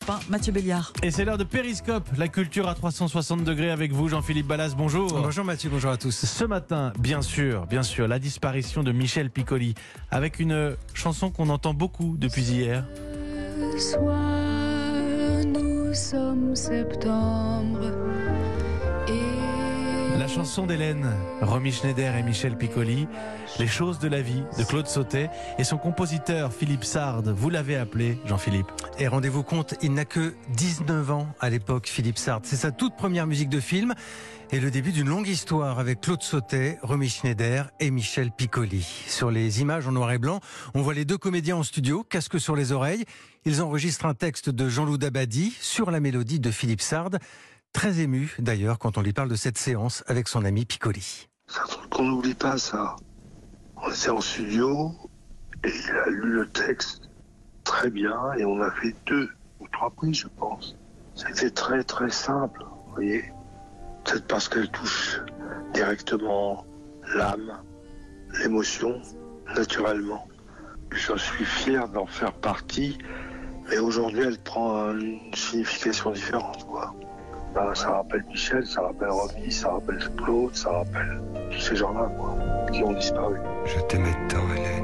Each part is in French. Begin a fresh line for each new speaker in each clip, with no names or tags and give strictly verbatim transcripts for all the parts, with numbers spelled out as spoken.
Mathieu Béliard.
Et c'est l'heure de Périscope, la culture à trois cent soixante degrés avec vous, Jean-Philippe Ballas, bonjour.
Bonjour Mathieu, bonjour à tous.
Ce matin, bien sûr, bien sûr, la disparition de Michel Piccoli, avec une chanson qu'on entend beaucoup depuis hier.
Ce soir, nous sommes septembre et...
La chanson d'Hélène, Romy Schneider et Michel Piccoli, Les choses de la vie de Claude Sautet et son compositeur Philippe Sard, vous l'avez appelé Jean-Philippe.
Et rendez-vous compte, il n'a que dix-neuf ans à l'époque, Philippe Sard. C'est sa toute première musique de film et le début d'une longue histoire avec Claude Sautet, Romy Schneider et Michel Piccoli. Sur les images en noir et blanc, on voit les deux comédiens en studio, casque sur les oreilles. Ils enregistrent un texte de Jean-Loup Dabadi sur la mélodie de Philippe Sard. Très ému d'ailleurs quand on lui parle de cette séance avec son ami Piccoli.
C'est un truc qu'on n'oublie pas, ça. On était en studio et il a lu le texte très bien et on a fait deux ou trois prises, je pense. C'était très très simple, vous voyez. Peut-être parce qu'elle touche directement l'âme, l'émotion, naturellement. Je suis fier d'en faire partie, mais aujourd'hui elle prend une signification différente, quoi. Ben, ça rappelle Michel, ça rappelle Romy, ça rappelle Claude, ça rappelle tous ces gens-là, quoi, qui ont disparu.
Je t'aimais tant, Hélène.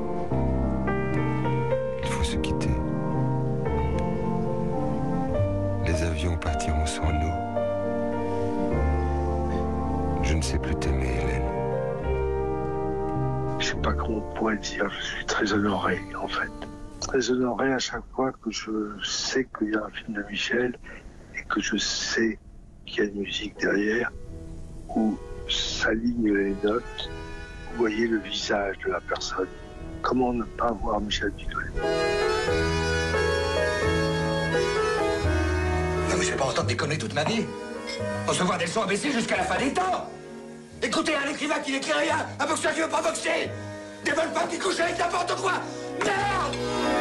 Il faut se quitter. Les avions partiront sans nous. Je ne sais plus t'aimer, Hélène.
Je sais pas comment on pourrait dire, je suis très honoré, en fait. Très honoré à chaque fois que je sais qu'il y a un film de Michel et que je sais qu'il y a une musique derrière où s'alignent les notes, vous voyez le visage de la personne. Comment ne pas voir Michel Piccoli?
Non mais je vais pas entendre déconner toute ma vie. Recevoir des leçons A B C jusqu'à la fin des temps. Écoutez un écrivain qui n'écrit rien, un boxeur qui veut pas boxer, des bonnes femmes qui couchent avec n'importe quoi. Merde!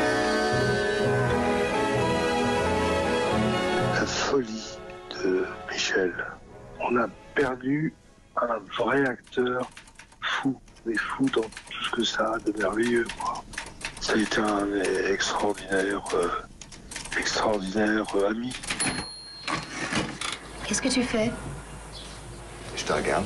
La folie de Michel. On a perdu un vrai acteur fou, mais fou dans tout ce que ça a de merveilleux, quoi. Ça a été un extraordinaire, euh, extraordinaire euh, ami.
Qu'est-ce que tu fais?
Je te regarde.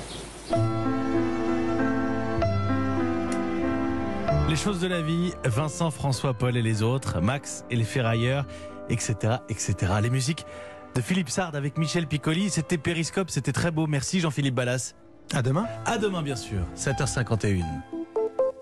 Les choses de la vie, Vincent, François, Paul et les autres, Max et les Ferrailleurs, et cetera, et cetera. Les musiques de Philippe Sard avec Michel Piccoli, c'était Périscope, c'était très beau. Merci Jean-Philippe Ballas.
À demain.
À demain bien sûr, sept heures cinquante et une.